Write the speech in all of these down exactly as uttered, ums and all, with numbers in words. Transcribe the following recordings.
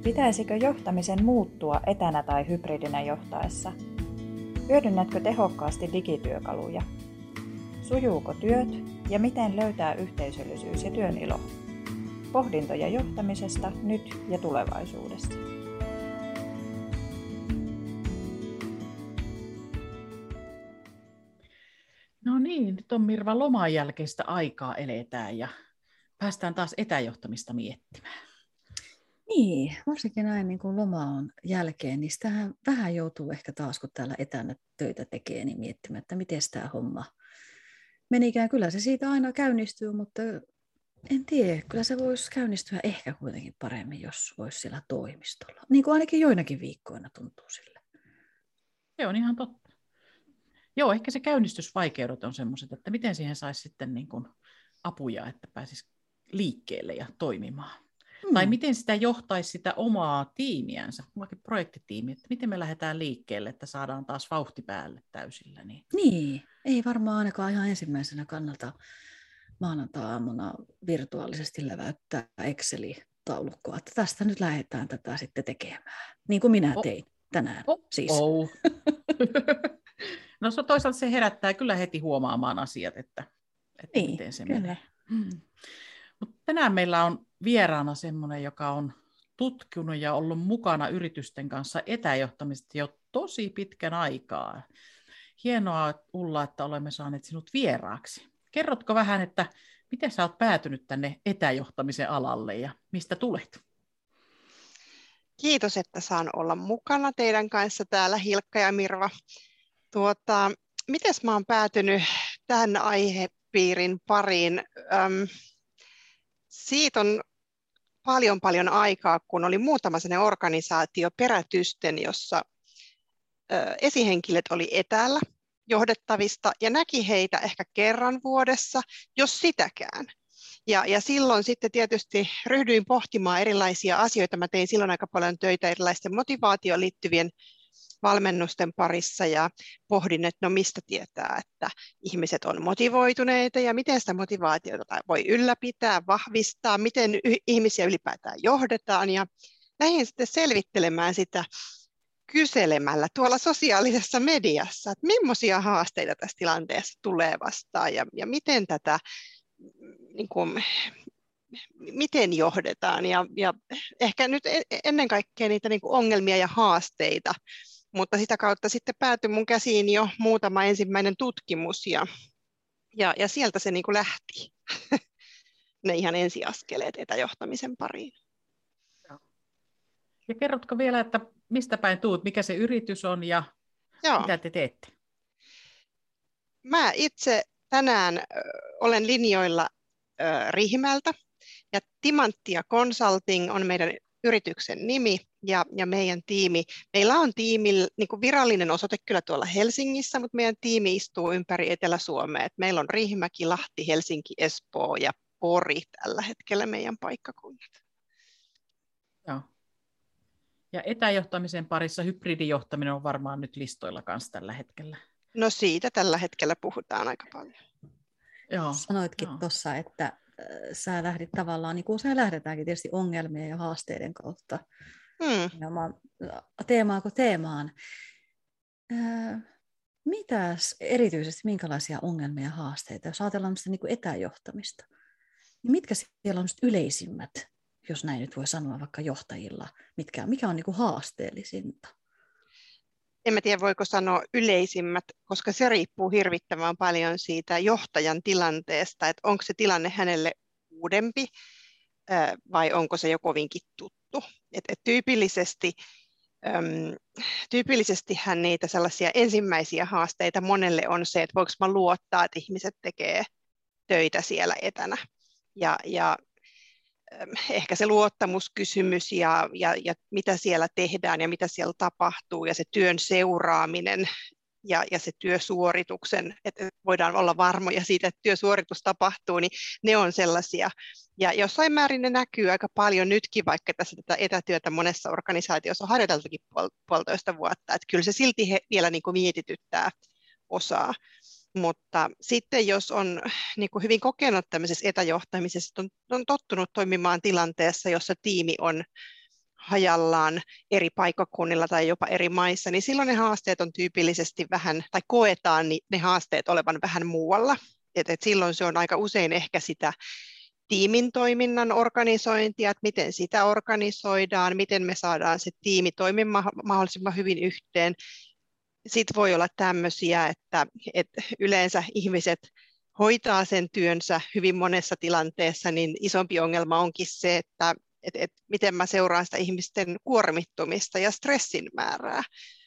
Pitäisikö johtamisen muuttua etänä tai hybridinä johtaessa? Hyödynnätkö tehokkaasti digityökaluja? Sujuuko työt ja miten löytää yhteisöllisyys ja työn ilo? Pohdintoja johtamisesta nyt ja tulevaisuudessa. No niin, nyt on Mirva loman jälkeistä aikaa eletään ja päästään taas etäjohtamista miettimään. Niin, varsinkin näin niin kuin loma on jälkeen, niin sitähän vähän joutuu ehkä taas, kun täällä etänä töitä tekee, niin miettimään, että miten tämä homma menikään. Kyllä se siitä aina käynnistyy, mutta en tiedä, kyllä se voisi käynnistyä ehkä kuitenkin paremmin, jos voisi siellä toimistolla. Niin kuin ainakin joinakin viikkoina tuntuu sille. Se on ihan totta. Joo, ehkä se käynnistysvaikeudet on sellaiset, että miten siihen saisi sitten niin kuin apuja, että pääsisi liikkeelle ja toimimaan. Hmm. Tai miten sitä johtaisi sitä omaa tiimiänsä, vaikka projektitiimi, että miten me lähdetään liikkeelle, että saadaan taas vauhti päälle täysillä. Niin, niin ei varmaan ainakaan ihan ensimmäisenä kannalta maanantai-aamuna virtuaalisesti läväyttää Excel-taulukkoa, että tästä nyt lähdetään tätä sitten tekemään, niin kuin minä tein oh. tänään oh. siis. Oh. No se toisaalta se herättää kyllä heti huomaamaan asiat, että, että niin, miten se kyllä. menee. Hmm. Mut tänään meillä on vieraana semmoinen, joka on tutkinut ja ollut mukana yritysten kanssa etäjohtamista jo tosi pitkän aikaa. Hienoa, Ulla, että olemme saaneet sinut vieraaksi. Kerrotko vähän, että miten sä oot päätynyt tänne etäjohtamisen alalle ja mistä tulet? Kiitos, että saan olla mukana teidän kanssa täällä, Hilkka ja Mirva. Tuota, miten mä oon päätynyt tämän aihepiirin pariin? Öm, siitä on paljon paljon aikaa, kun oli muutama sellainen organisaatio perätysten, jossa ö, esihenkilöt oli etäällä johdettavista ja näki heitä ehkä kerran vuodessa, jos sitäkään. Ja, ja silloin sitten tietysti ryhdyin pohtimaan erilaisia asioita. Mä tein silloin aika paljon töitä erilaisten motivaatioon liittyvien valmennusten parissa ja pohdin, että no mistä tietää, että ihmiset on motivoituneita ja miten sitä motivaatiota voi ylläpitää, vahvistaa, miten y- ihmisiä ylipäätään johdetaan. Ja lähdin sitten selvittelemään sitä kyselemällä tuolla sosiaalisessa mediassa, että millaisia haasteita tässä tilanteessa tulee vastaan ja, ja miten tätä niin kuin, miten johdetaan ja, ja ehkä nyt ennen kaikkea niitä niin kuin ongelmia ja haasteita, mutta sitä kautta sitten päätyi mun käsiin jo muutama ensimmäinen tutkimus ja, ja, ja sieltä se niin kuin lähti, ne ihan ensiaskeleet etäjohtamisen pariin. Ja kerrotko vielä, että mistä päin tuut, mikä se yritys on ja Joo. mitä te teette? Mä itse tänään ö, olen linjoilla ö, Riihimäeltä ja Timanttia Consulting on meidän yrityksen nimi ja, ja meidän tiimi. Meillä on tiimi, niin kuin virallinen osoite kyllä tuolla Helsingissä, mutta meidän tiimi istuu ympäri Etelä-Suomea. Et meillä on Riihimäki, Lahti, Helsinki, Espoo ja Pori tällä hetkellä meidän paikkakunnat. Joo. Ja etäjohtamisen parissa hybridijohtaminen on varmaan nyt listoilla kanssa tällä hetkellä. No siitä tällä hetkellä puhutaan aika paljon. Joo, Sanoitkin tuossa, että äh, sä lähdit tavallaan, niin kuin sä lähdetäänkin tietysti ongelmien ja haasteiden kautta. Hmm. Teemaako teemaan. Äh, mitäs erityisesti, minkälaisia ongelmia ja haasteita, jos ajatellaan sitä niin kuin etäjohtamista, niin mitkä siellä on yleisimmät, jos näin nyt voi sanoa vaikka johtajilla, mitkä, mikä on niin kuin haasteellisinta? En mä tiedä, voiko sanoa yleisimmät, koska se riippuu hirvittävän paljon siitä johtajan tilanteesta, että onko se tilanne hänelle uudempi vai onko se jo kovinkin tuttu. Et, et tyypillisesti, äm, tyypillisestihän niitä sellaisia ensimmäisiä haasteita monelle on se, että voiko mä luottaa, että ihmiset tekee töitä siellä etänä. Ja, ja ehkä se luottamuskysymys ja, ja, ja mitä siellä tehdään ja mitä siellä tapahtuu ja se työn seuraaminen ja, ja se työsuorituksen, että voidaan olla varmoja siitä, että työsuoritus tapahtuu, niin ne on sellaisia. Ja jossain määrin ne näkyy aika paljon nytkin, vaikka tässä tätä etätyötä monessa organisaatiossa on harjoiteltukin puol- puolitoista vuotta, että kyllä se silti he vielä niin kuin mietityttää osaa. Mutta sitten jos on niin kuin hyvin kokenut tämmöisessä etäjohtamisessa, on, on tottunut toimimaan tilanteessa, jossa tiimi on hajallaan eri paikkakunnilla tai jopa eri maissa, niin silloin ne haasteet on tyypillisesti vähän, tai koetaan niin ne haasteet olevan vähän muualla. Et, et silloin se on aika usein ehkä sitä tiimin toiminnan organisointia, että miten sitä organisoidaan, miten me saadaan se tiimi toimimaan mahdollisimman hyvin yhteen. Sitten voi olla tämmöisiä, että, että yleensä ihmiset hoitaa sen työnsä hyvin monessa tilanteessa, niin isompi ongelma onkin se, että että, että miten mä seuraan sitä ihmisten kuormittumista ja stressin määrää.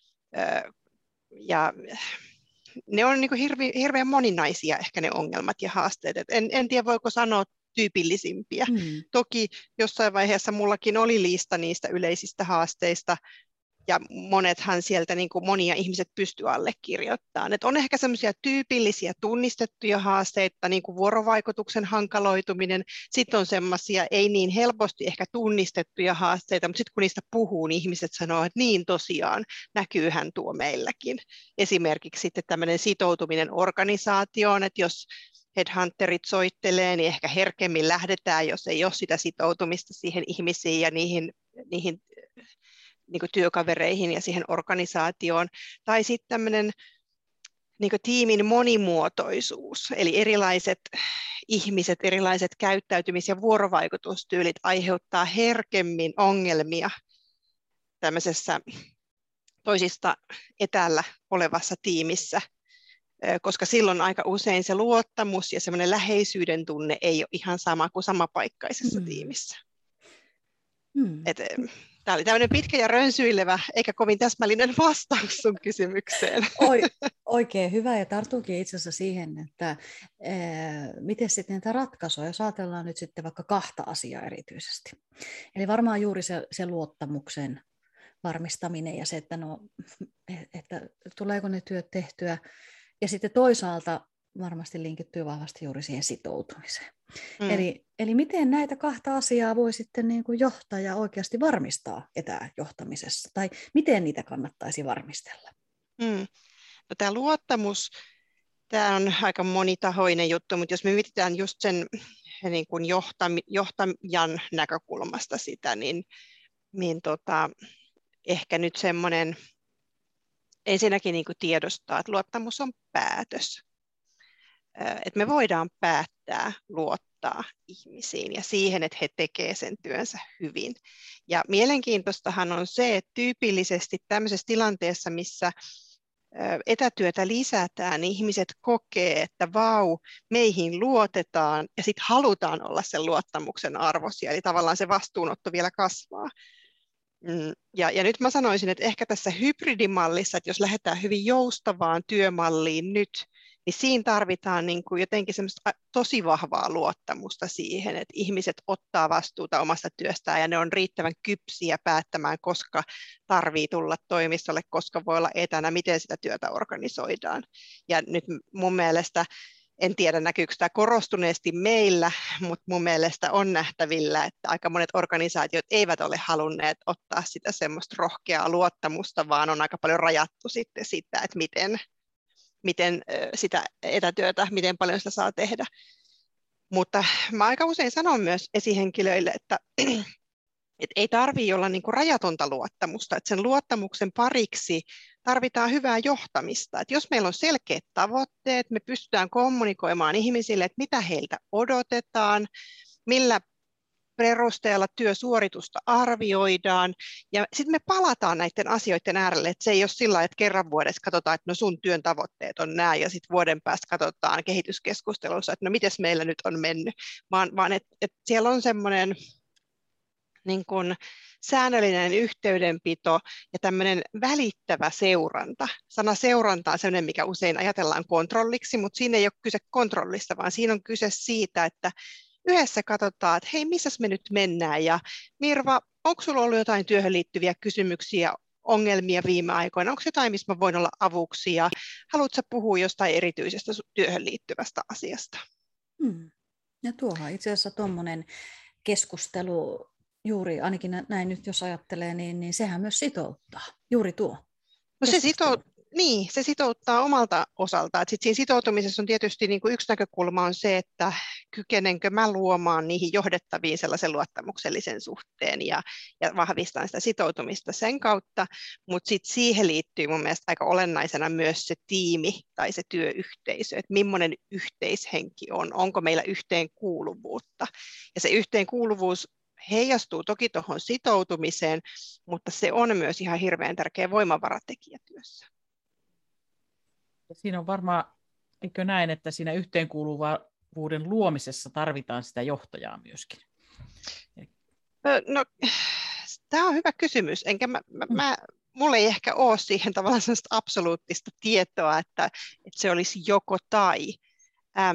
Ja ne on niin kuin hirveän, hirveän moninaisia ehkä ne ongelmat ja haasteet. Et en, en tiedä, voiko sanoa tyypillisimpiä. Hmm. Toki jossain vaiheessa mullakin oli lista niistä yleisistä haasteista, ja monethan sieltä niin kuin monia ihmiset pystyy allekirjoittamaan. Et on ehkä semmoisia tyypillisiä tunnistettuja haasteita, niin kuin vuorovaikutuksen hankaloituminen. Sitten on semmoisia ei niin helposti ehkä tunnistettuja haasteita, mutta sitten kun niistä puhuu, niin ihmiset sanoo, että niin tosiaan, näkyyhän tuo meilläkin. Esimerkiksi sitten tämmöinen sitoutuminen organisaatioon, että jos headhunterit soittelee, niin ehkä herkemmin lähdetään, jos ei ole sitä sitoutumista siihen ihmisiin ja niihin, niihin niin kuin työkavereihin ja siihen organisaatioon. Tai sitten tämmöinen niin kuin tiimin monimuotoisuus, eli erilaiset ihmiset, erilaiset käyttäytymis- ja vuorovaikutustyylit aiheuttaa herkemmin ongelmia tämmöisessä toisista etäällä olevassa tiimissä, koska silloin aika usein se luottamus ja semmoinen läheisyyden tunne ei ole ihan sama kuin samapaikkaisessa mm. tiimissä. Mm. Et, tämä oli tämmöinen pitkä ja rönsyilevä, eikä kovin täsmällinen vastaus sun kysymykseen. Oi, oikein hyvä, ja tartuukin itse asiassa siihen, että ää, miten sitten näitä ratkaisuja, jos ajatellaan nyt sitten vaikka kahta asiaa erityisesti. Eli varmaan juuri se, se luottamuksen varmistaminen ja se, että, no, että tuleeko ne työt tehtyä, ja sitten toisaalta varmasti linkittyy vahvasti juuri siihen sitoutumiseen. Mm. Eli, eli miten näitä kahta asiaa voi sitten niin kuin johtaja oikeasti varmistaa etäjohtamisessa, tai miten niitä kannattaisi varmistella? Mm. No, tämä luottamus, tämä on aika monitahoinen juttu, mutta jos me mietitään just sen niin kuin johtam- johtajan näkökulmasta sitä, niin, niin tota, ehkä nyt semmoinen ensinnäkin niin kuin tiedostaa, että luottamus on päätös. Että me voidaan päättää luottaa ihmisiin ja siihen, että he tekevät sen työnsä hyvin. Ja mielenkiintoistahan on se, että tyypillisesti tämmöisessä tilanteessa, missä etätyötä lisätään, niin ihmiset kokee, että vau, meihin luotetaan ja sitten halutaan olla sen luottamuksen arvoisia, eli tavallaan se vastuunotto vielä kasvaa. Ja, ja nyt mä sanoisin, että ehkä tässä hybridimallissa, että jos lähdetään hyvin joustavaan työmalliin nyt, niin siinä tarvitaan niin kuin jotenkin semmoista tosi vahvaa luottamusta siihen, että ihmiset ottaa vastuuta omasta työstään ja ne on riittävän kypsiä päättämään, koska tarvii tulla toimistolle, koska voi olla etänä, miten sitä työtä organisoidaan. Ja nyt mun mielestä, en tiedä näkyykö tämä korostuneesti meillä, mutta mun mielestä on nähtävillä, että aika monet organisaatiot eivät ole halunneet ottaa sitä semmoista rohkeaa luottamusta, vaan on aika paljon rajattu sitten sitä, että miten miten sitä etätyötä, miten paljon sitä saa tehdä. Mutta mä aika usein sanon myös esihenkilöille, että, että ei tarvitse olla niin kuin rajatonta luottamusta, että sen luottamuksen pariksi tarvitaan hyvää johtamista. Että jos meillä on selkeät tavoitteet, me pystytään kommunikoimaan ihmisille, että mitä heiltä odotetaan, millä perusteella työsuoritusta arvioidaan, ja sitten me palataan näiden asioiden äärelle, että se ei ole sillä lailla, että kerran vuodessa katsotaan, että no sun työn tavoitteet on nämä, ja sitten vuoden päästä katsotaan kehityskeskustelussa, että no mites meillä nyt on mennyt, vaan, vaan että et siellä on semmoinen niin kuin säännöllinen yhteydenpito ja tämmöinen välittävä seuranta. Sana seuranta on sellainen, mikä usein ajatellaan kontrolliksi, mutta siinä ei ole kyse kontrollista, vaan siinä on kyse siitä, että yhdessä katsotaan, että hei, missäs me nyt mennään, ja Mirva, onko sulla ollut jotain työhön liittyviä kysymyksiä, ongelmia viime aikoina, onko jotain, missä mä voin olla avuksi, ja haluatko puhua jostain erityisestä työhön liittyvästä asiasta? Hmm. Ja tuohan itse asiassa tuommoinen keskustelu, juuri ainakin näin nyt jos ajattelee, niin, niin sehän myös sitouttaa, juuri tuo. No se, sito, Niin, se sitouttaa omalta osaltaan. Sitten siinä sitoutumisessa on tietysti niin kuin yksi näkökulma on se, että kykenenkö mä luomaan niihin johdettaviin sellaisen luottamuksellisen suhteen ja, ja vahvistan sitä sitoutumista sen kautta, mutta sitten siihen liittyy mun mielestä aika olennaisena myös se tiimi tai se työyhteisö, että millainen yhteishenki on, onko meillä yhteenkuuluvuutta. Ja se yhteenkuuluvuus heijastuu toki tuohon sitoutumiseen, mutta se on myös ihan hirveän tärkeä voimavaratekijä työssä. Siinä on varmaan, eikö näin, että siinä yhteenkuuluvuuden luomisessa tarvitaan sitä johtajaa myöskin? No, tämä on hyvä kysymys. Enkä mä, mä, mä, mulla ei ehkä ole siihen tavallaan sellaista absoluuttista tietoa, että, että se olisi joko tai. Äm,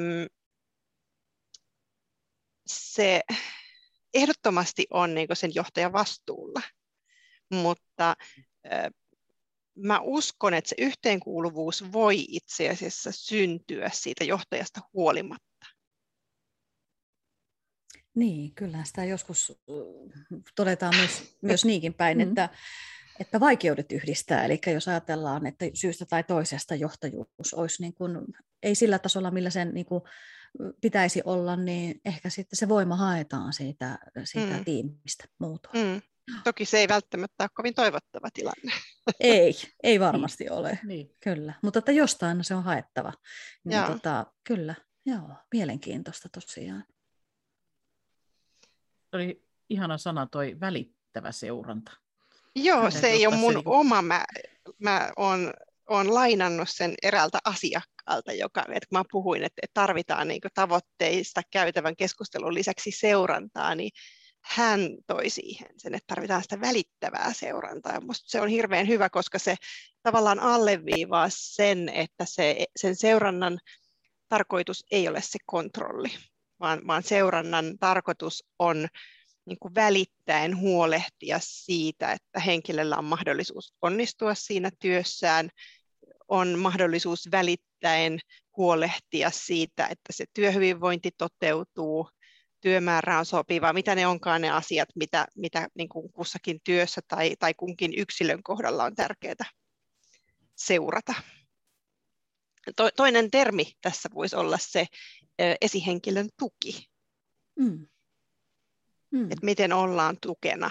se ehdottomasti on niin kuin sen johtajan vastuulla, mutta äh, mä uskon, että se yhteenkuuluvuus voi itse asiassa syntyä siitä johtajasta huolimatta. Niin, kyllä sitä joskus todetaan myös, myös niinkin päin, että, että vaikeudet yhdistää. Eli jos ajatellaan, että syystä tai toisesta johtajuus olisi niin kuin, ei sillä tasolla, millä sen niin kuin pitäisi olla, niin ehkä sitten se voima haetaan siitä, siitä mm. tiimistä muutoin. Mm. Toki se ei välttämättä ole kovin toivottava tilanne. Ei, ei varmasti niin. ole, niin. Kyllä. Mutta että jostain se on haettava. Niin tota, kyllä, joo, mielenkiintoista tosiaan. Oli ihana sana toi välittävä seuranta. Joo, Kyllä, se ei ole mun niinku... oma. Mä, mä oon, oon lainannut sen eräältä asiakkaalta, joka, että kun mä puhuin, että tarvitaan niin kuin tavoitteista käytävän keskustelun lisäksi seurantaa, niin hän toi siihen sen, että tarvitaan sitä välittävää seurantaa. Ja musta se on hirveän hyvä, koska se tavallaan alleviivaa sen, että se, sen seurannan tarkoitus ei ole se kontrolli, vaan, vaan seurannan tarkoitus on niin kuin välittäen huolehtia siitä, että henkilöllä on mahdollisuus onnistua siinä työssään, on mahdollisuus välittäen huolehtia siitä, että se työhyvinvointi toteutuu, työmäärä on sopiva, mitä ne onkaan ne asiat, mitä, mitä niin kuin kussakin työssä tai, tai kunkin yksilön kohdalla on tärkeää seurata. To, toinen termi tässä voisi olla se esihenkilön tuki. Mm. Mm. Että miten ollaan tukena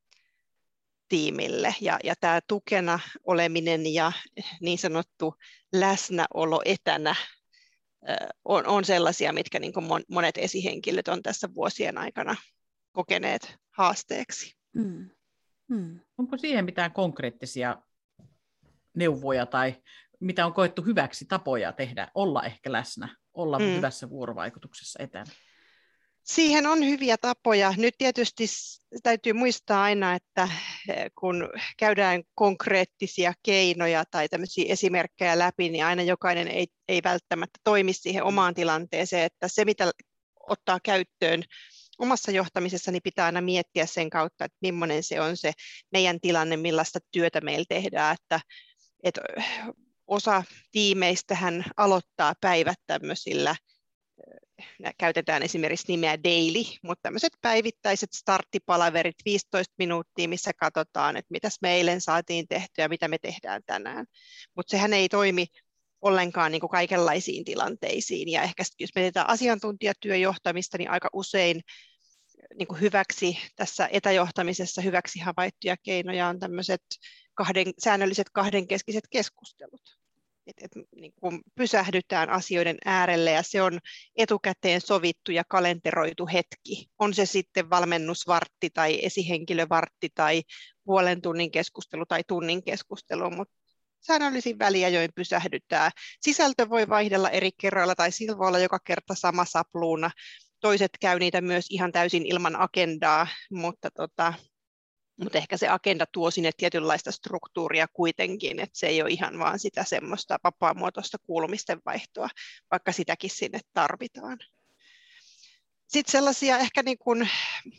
tiimille. Ja, ja tämä tukena oleminen ja niin sanottu läsnäolo etänä on, on sellaisia, mitkä niin kuin monet esihenkilöt on tässä vuosien aikana kokeneet haasteeksi. Mm. Mm. Onko siihen mitään konkreettisia neuvoja tai mitä on koettu hyväksi tapoja tehdä, olla ehkä läsnä, olla mm. hyvässä vuorovaikutuksessa etänä? Siihen on hyviä tapoja. Nyt tietysti täytyy muistaa aina, että kun käydään konkreettisia keinoja tai tämmöisiä esimerkkejä läpi, niin aina jokainen ei, ei välttämättä toimi siihen omaan tilanteeseen, että se mitä ottaa käyttöön omassa johtamisessa, niin pitää aina miettiä sen kautta, että millainen se on se meidän tilanne, millaista työtä meillä tehdään, että, että osa tiimeistähän aloittaa päivät tämmöisillä, käytetään esimerkiksi nimeä daily, mutta tämmöiset päivittäiset starttipalaverit viisitoista minuuttia, missä katsotaan, että mitäs me eilen saatiin tehtyä ja mitä me tehdään tänään. Mutta sehän ei toimi ollenkaan niin kuin kaikenlaisiin tilanteisiin. Ja ehkä jos me tehdään asiantuntijatyöjohtamista, niin aika usein niin kuin hyväksi tässä etäjohtamisessa hyväksi havaittuja keinoja on tämmöiset kahden, säännölliset kahdenkeskiset keskustelut. Et, et, niin kun pysähdytään asioiden äärelle ja se on etukäteen sovittu ja kalenteroitu hetki. On se sitten valmennusvartti tai esihenkilövartti tai puolen tunnin keskustelu tai tunnin keskustelu, mutta säännöllisin väliajoin pysähdytään. Sisältö voi vaihdella eri kerroilla tai sillä voi olla joka kerta sama sapluuna. Toiset käy niitä myös ihan täysin ilman agendaa, mutta tota, Mutta ehkä se agenda tuo sinne tietynlaista struktuuria kuitenkin, että se ei ole ihan vaan sitä semmoista vapaamuotoista kuulumisten vaihtoa, vaikka sitäkin sinne tarvitaan. Sitten sellaisia ehkä niin kuin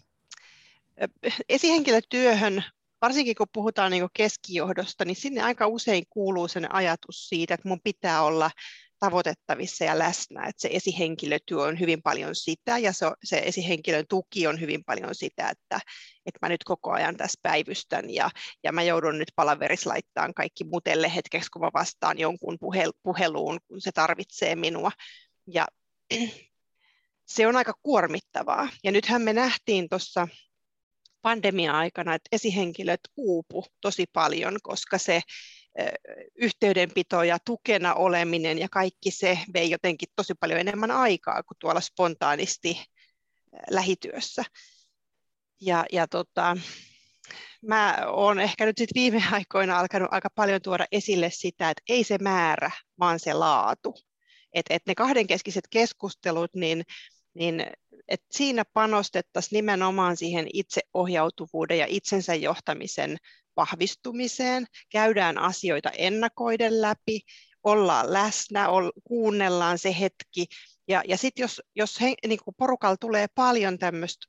esihenkilötyöhön, varsinkin kun puhutaan niin kuin keskijohdosta, niin sinne aika usein kuuluu sen ajatus siitä, että mun pitää olla tavoitettavissa ja läsnä. Että se esihenkilötyö on hyvin paljon sitä, ja se, se esihenkilön tuki on hyvin paljon sitä, että, että mä nyt koko ajan tässä päivystän, ja, ja mä joudun nyt palaverissa laittamaan kaikki mutelle hetkeksi, kun mä vastaan jonkun puhel, puheluun, kun se tarvitsee minua. Ja se on aika kuormittavaa. Ja nythän me nähtiin tuossa pandemia-aikana, että esihenkilöt uupu tosi paljon, koska se yhteydenpito ja tukena oleminen ja kaikki se vei jotenkin tosi paljon enemmän aikaa kuin tuolla spontaanisti lähityössä. Ja, ja tota, mä oon ehkä nyt sit viime aikoina alkanut aika paljon tuoda esille sitä, että ei se määrä, vaan se laatu. Että et ne kahdenkeskiset keskustelut, niin, niin et siinä panostettaisiin nimenomaan siihen itseohjautuvuuden ja itsensä johtamisen vahvistumiseen, käydään asioita ennakoiden läpi, ollaan läsnä, kuunnellaan se hetki. Ja, ja sitten jos, jos he, niin kuin porukalla tulee paljon tämmöistä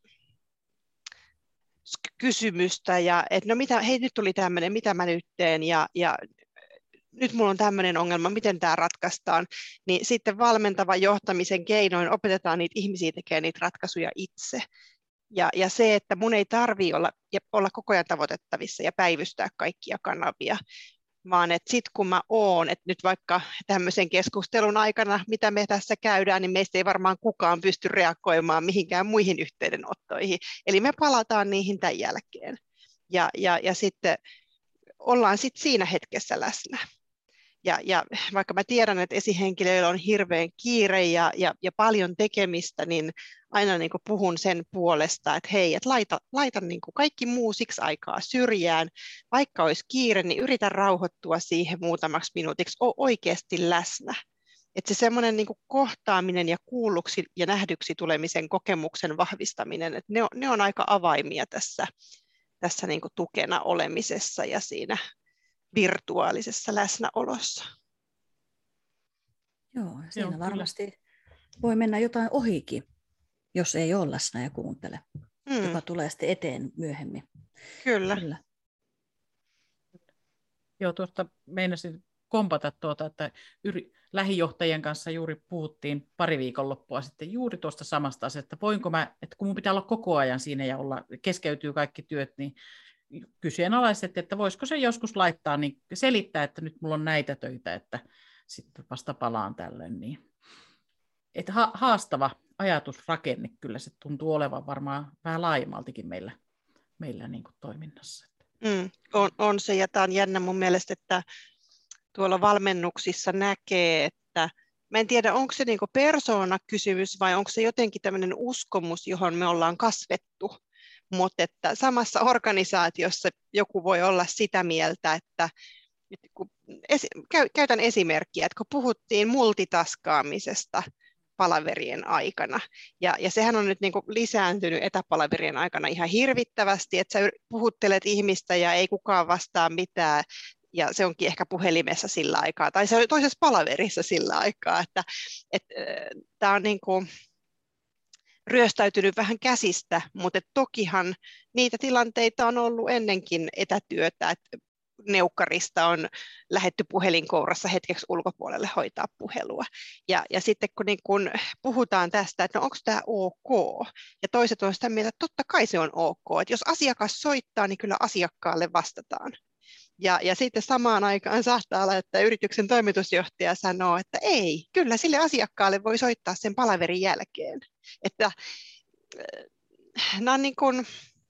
kysymystä, ja että no mitä, hei nyt tuli tämmöinen, mitä mä nyt teen, ja, ja nyt mulla on tämmöinen ongelma, miten tämä ratkaistaan, niin sitten valmentavan johtamisen keinoin opetetaan niitä ihmisiä tekemään niitä ratkaisuja itse. Ja, ja se, että mun ei tarvitse olla, olla koko ajan tavoitettavissa ja päivystää kaikkia kanavia, vaan että sitten kun mä oon, että nyt vaikka tämmöisen keskustelun aikana, mitä me tässä käydään, niin meistä ei varmaan kukaan pysty reagoimaan mihinkään muihin yhteydenottoihin. Eli me palataan niihin tämän jälkeen. Ja, ja, ja sitten ollaan sitten siinä hetkessä läsnä. Ja, ja vaikka mä tiedän, että esihenkilöillä on hirveän kiire ja, ja, ja paljon tekemistä, niin aina niin kuin puhun sen puolesta, että hei, että laita, laita niin kuin kaikki muu siksi aikaa syrjään. Vaikka olisi kiire, niin yritä rauhoittua siihen muutamaksi minuutiksi, ole oikeasti läsnä. Että se semmoinen niin kuin kohtaaminen ja kuulluksi ja nähdyksi tulemisen kokemuksen vahvistaminen, että ne on, ne on aika avaimia tässä, tässä niin kuin tukena olemisessa ja siinä virtuaalisessa läsnäolossa. Joo, siinä Joo, varmasti kyllä voi mennä jotain ohikin, jos ei ole läsnä ja kuuntele, mm. joka tulee sitten eteen myöhemmin. Kyllä. kyllä. Joo, tuosta meinasin kompata tuota, että yri, lähijohtajien kanssa juuri puhuttiin pari viikonloppua sitten juuri tuosta samasta asiasta, että voinko mä, että kun mun pitää olla koko ajan siinä ja olla, keskeytyy kaikki työt, niin kyseenalaisesti, että voisiko se joskus laittaa, niin selittää, että nyt mulla on näitä töitä, että sitten vasta palaan tällöin. Niin. Että ha- haastava ajatusrakenne kyllä se tuntuu olevan varmaan vähän laajemmaltikin meillä, meillä niin kuin toiminnassa. Mm, on, on se, ja tämä on jännä mun mielestä, että tuolla valmennuksissa näkee, että mä en tiedä, onko se niinku persoonakysymys vai onko se jotenkin tämmöinen uskomus, johon me ollaan kasvettu. Mutta että samassa organisaatiossa joku voi olla sitä mieltä, että kun esi- käytän esimerkkiä, että kun puhuttiin multitaskaamisesta palaverien aikana, ja, ja sehän on nyt niin kuin lisääntynyt etäpalaverien aikana ihan hirvittävästi, että sä puhuttelet ihmistä ja ei kukaan vastaa mitään, ja se onkin ehkä puhelimessa sillä aikaa, tai se on toisessa palaverissa sillä aikaa, että, että tämä on niin kuin ryöstäytynyt vähän käsistä, mutta tokihan niitä tilanteita on ollut ennenkin etätyötä, että neukkarista on lähdetty puhelinkourassa hetkeksi ulkopuolelle hoitaa puhelua. Ja, ja sitten kun, niin kun puhutaan tästä, että no onko tämä ok, ja toiset on sitä mieltä, että totta kai se on ok, että jos asiakas soittaa, niin kyllä asiakkaalle vastataan. Ja, ja sitten samaan aikaan saattaa olla, että yrityksen toimitusjohtaja sanoo, että ei, kyllä sille asiakkaalle voi soittaa sen palaverin jälkeen. Että nämä on, niin kuin,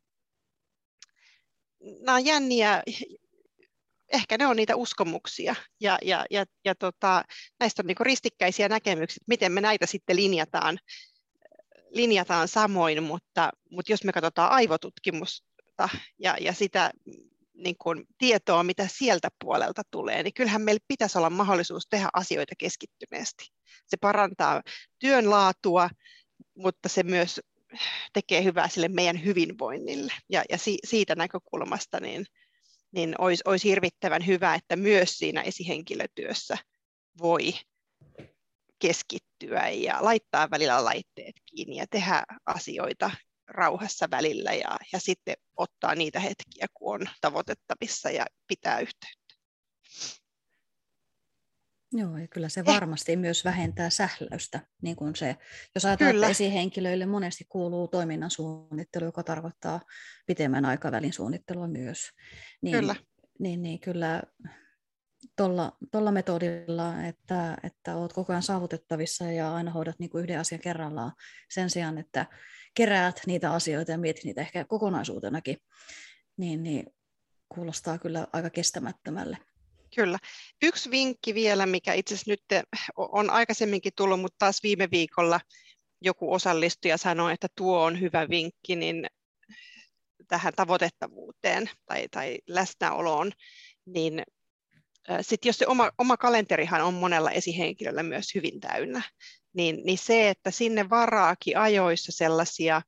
nämä on jänniä, ehkä ne on niitä uskomuksia, ja, ja, ja, ja tota, näistä on niin kuin ristikkäisiä näkemyksiä, miten me näitä sitten linjataan, linjataan samoin, mutta, mutta jos me katsotaan aivotutkimusta ja, ja sitä niin kuin tietoa, mitä sieltä puolelta tulee, niin kyllähän meillä pitäisi olla mahdollisuus tehdä asioita keskittyneesti. Se parantaa työn laatua, mutta se myös tekee hyvää sille meidän hyvinvoinnille. Ja, ja si, siitä näkökulmasta niin, niin olisi, olisi hirvittävän hyvä, että myös siinä esihenkilötyössä voi keskittyä ja laittaa välillä laitteet kiinni ja tehdä asioita rauhassa välillä ja, ja sitten ottaa niitä hetkiä, kun on tavoitettavissa ja pitää yhteyttä. Joo, ja kyllä se varmasti eh. myös vähentää sähläystä. Niin kuin se, jos ajatellaan, Kyllä. että esihenkilöille monesti kuuluu toiminnan suunnittelu, joka tarkoittaa pitemmän aikavälin suunnittelua myös. Niin, kyllä. Niin, niin kyllä tuolla metodilla, että, että olet koko ajan saavutettavissa ja aina hoidat niin kuin yhden asian kerrallaan sen sijaan, että keräät niitä asioita ja mietit niitä ehkä kokonaisuutenakin, niin, niin kuulostaa kyllä aika kestämättömälle. Kyllä. Yksi vinkki vielä, mikä itse asiassa nyt on aikaisemminkin tullut, mutta taas viime viikolla joku osallistuja sanoi, että tuo on hyvä vinkki, niin tähän tavoitettavuuteen tai, tai läsnäoloon, niin sitten jos se oma, oma kalenterihan on monella esihenkilöllä myös hyvin täynnä, niin, niin se, että sinne varaakin ajoissa sellaisia,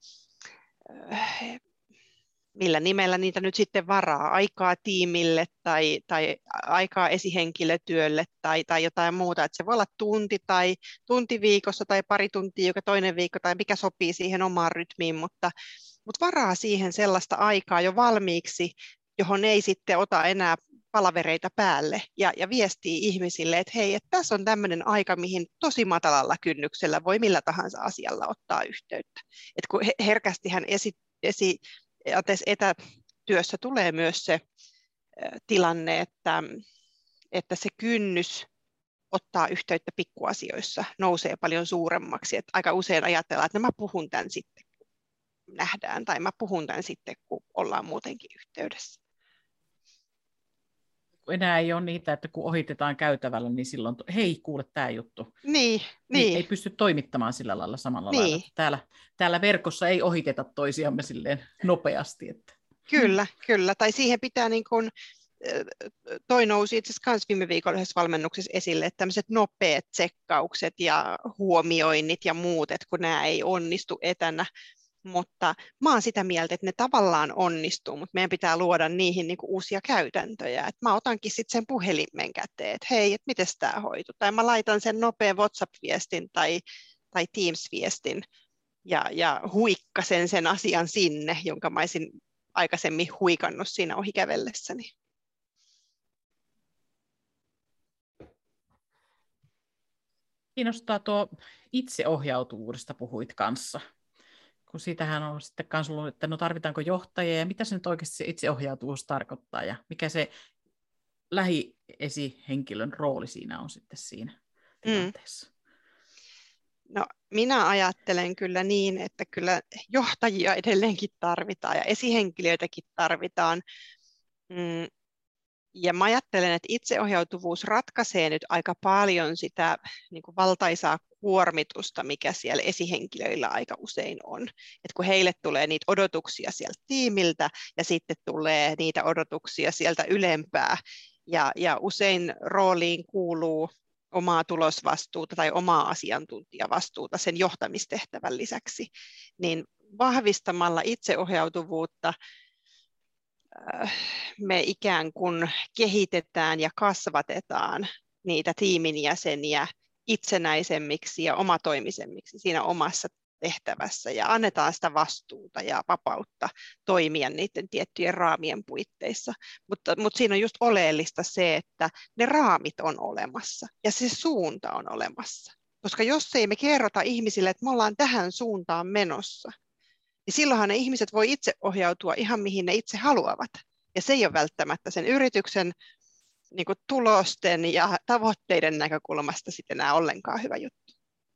millä nimellä niitä nyt sitten varaa, aikaa tiimille tai, tai aikaa esihenkilötyölle tai, tai jotain muuta, että se voi olla tunti tai tunti viikossa tai pari tuntia joka toinen viikko tai mikä sopii siihen omaan rytmiin, mutta, mutta varaa siihen sellaista aikaa jo valmiiksi, johon ei sitten ota enää palavereita päälle ja, ja viestii ihmisille, että hei, että tässä on tämmöinen aika, mihin tosi matalalla kynnyksellä voi millä tahansa asialla ottaa yhteyttä. Et kun herkästihän esi, esi, etätyössä tulee myös se tilanne, että, että se kynnys ottaa yhteyttä pikkuasioissa nousee paljon suuremmaksi. Et aika usein ajatellaan, että no mä puhun tämän sitten, kun nähdään, tai mä puhun tämän sitten, kun ollaan muutenkin yhteydessä. Enää ei ole niitä, että kun ohitetaan käytävällä, niin silloin, hei, kuule tämä juttu. Niin, niin. niin. Ei pysty toimittamaan sillä lailla samalla niin. lailla. Täällä, täällä verkossa ei ohiteta toisiamme silleen nopeasti. Että. Kyllä, kyllä. Tai siihen pitää niin kuin, toi nousi itse asiassa myös viime viikolla yhdessä valmennuksessa esille, että tämmöiset nopeat tsekkaukset ja huomioinnit ja muut, että kun nämä ei onnistu etänä, mutta mä oon sitä mieltä, että ne tavallaan onnistuu, mutta meidän pitää luoda niihin niinku uusia käytäntöjä. Et mä otankin sitten sen puhelimen käteen, että hei, että miten tämä hoituu. Tai mä laitan sen nopean WhatsApp-viestin tai, tai Teams-viestin ja, ja huikkasen sen asian sinne, jonka mä olisin aikaisemmin huikannut siinä ohi kävellessäni. Kiinnostaa tuo itseohjautuvuudesta puhuit kanssa. Kun siitähän on sitten kans ollut, että no tarvitaanko johtajia ja mitä se nyt oikeasti se itseohjautuvuus tarkoittaa ja mikä se lähiesihenkilön rooli siinä on sitten siinä tilanteessa. Mm. No minä ajattelen kyllä niin, että kyllä johtajia edelleenkin tarvitaan ja esihenkilöitäkin tarvitaan. Mm. Ja mä ajattelen, että itseohjautuvuus ratkaisee nyt aika paljon sitä niin kuin valtaisaa kuormitusta, mikä siellä esihenkilöillä aika usein on. Et kun heille tulee niitä odotuksia sieltä tiimiltä ja sitten tulee niitä odotuksia sieltä ylempää ja, ja usein rooliin kuuluu omaa tulosvastuuta tai omaa asiantuntijavastuuta sen johtamistehtävän lisäksi, niin vahvistamalla itseohjautuvuutta me ikään kuin kehitetään ja kasvatetaan niitä tiimin jäseniä itsenäisemmiksi ja omatoimisemmiksi siinä omassa tehtävässä ja annetaan sitä vastuuta ja vapautta toimia niiden tiettyjen raamien puitteissa. Mutta, mutta siinä on just oleellista se, että ne raamit on olemassa ja se suunta on olemassa. Koska jos ei me kerrota ihmisille, että me ollaan tähän suuntaan menossa, niin silloinhan ne ihmiset voi itse ohjautua ihan mihin ne itse haluavat. Ja se ei ole välttämättä sen yrityksen niin kuin tulosten ja tavoitteiden näkökulmasta sitten enää ollenkaan hyvä juttu.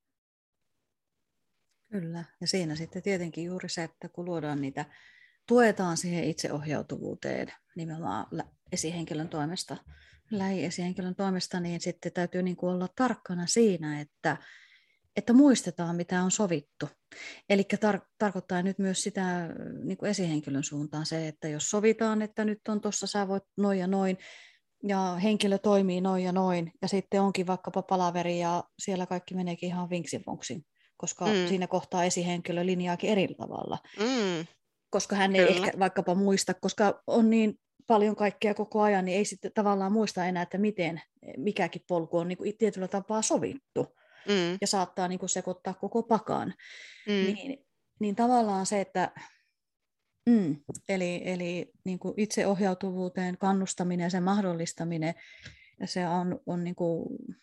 Kyllä, ja siinä sitten tietenkin juuri se, että kun luodaan niitä, tuetaan siihen itseohjautuvuuteen nimenomaan esihenkilön toimesta, lähiesihenkilön toimesta, niin sitten täytyy niin kuin olla tarkkana siinä, että että muistetaan, mitä on sovittu. Eli tar- tarkoittaa nyt myös sitä niin kuin esihenkilön suuntaan se, että jos sovitaan, että nyt on tuossa, sä voit noin ja noin, ja henkilö toimii noin ja noin, ja sitten onkin vaikkapa palaveri, ja siellä kaikki meneekin ihan vinksivonksin, koska mm. siinä kohtaa esihenkilö linjaakin eri tavalla. Mm. Koska hän ei Kyllä. ehkä vaikkapa muista, koska on niin paljon kaikkea koko ajan, niin ei sitten tavallaan muista enää, että miten mikäkin polku on niin kuin tietyllä tapaa sovittu. Mm. Ja saattaa niin kuin sekoittaa koko pakan. Mm. Niin, niin tavallaan se, että mm, eli, eli niin kuin itseohjautuvuuteen kannustaminen ja sen mahdollistaminen, ja se on, on niin kuin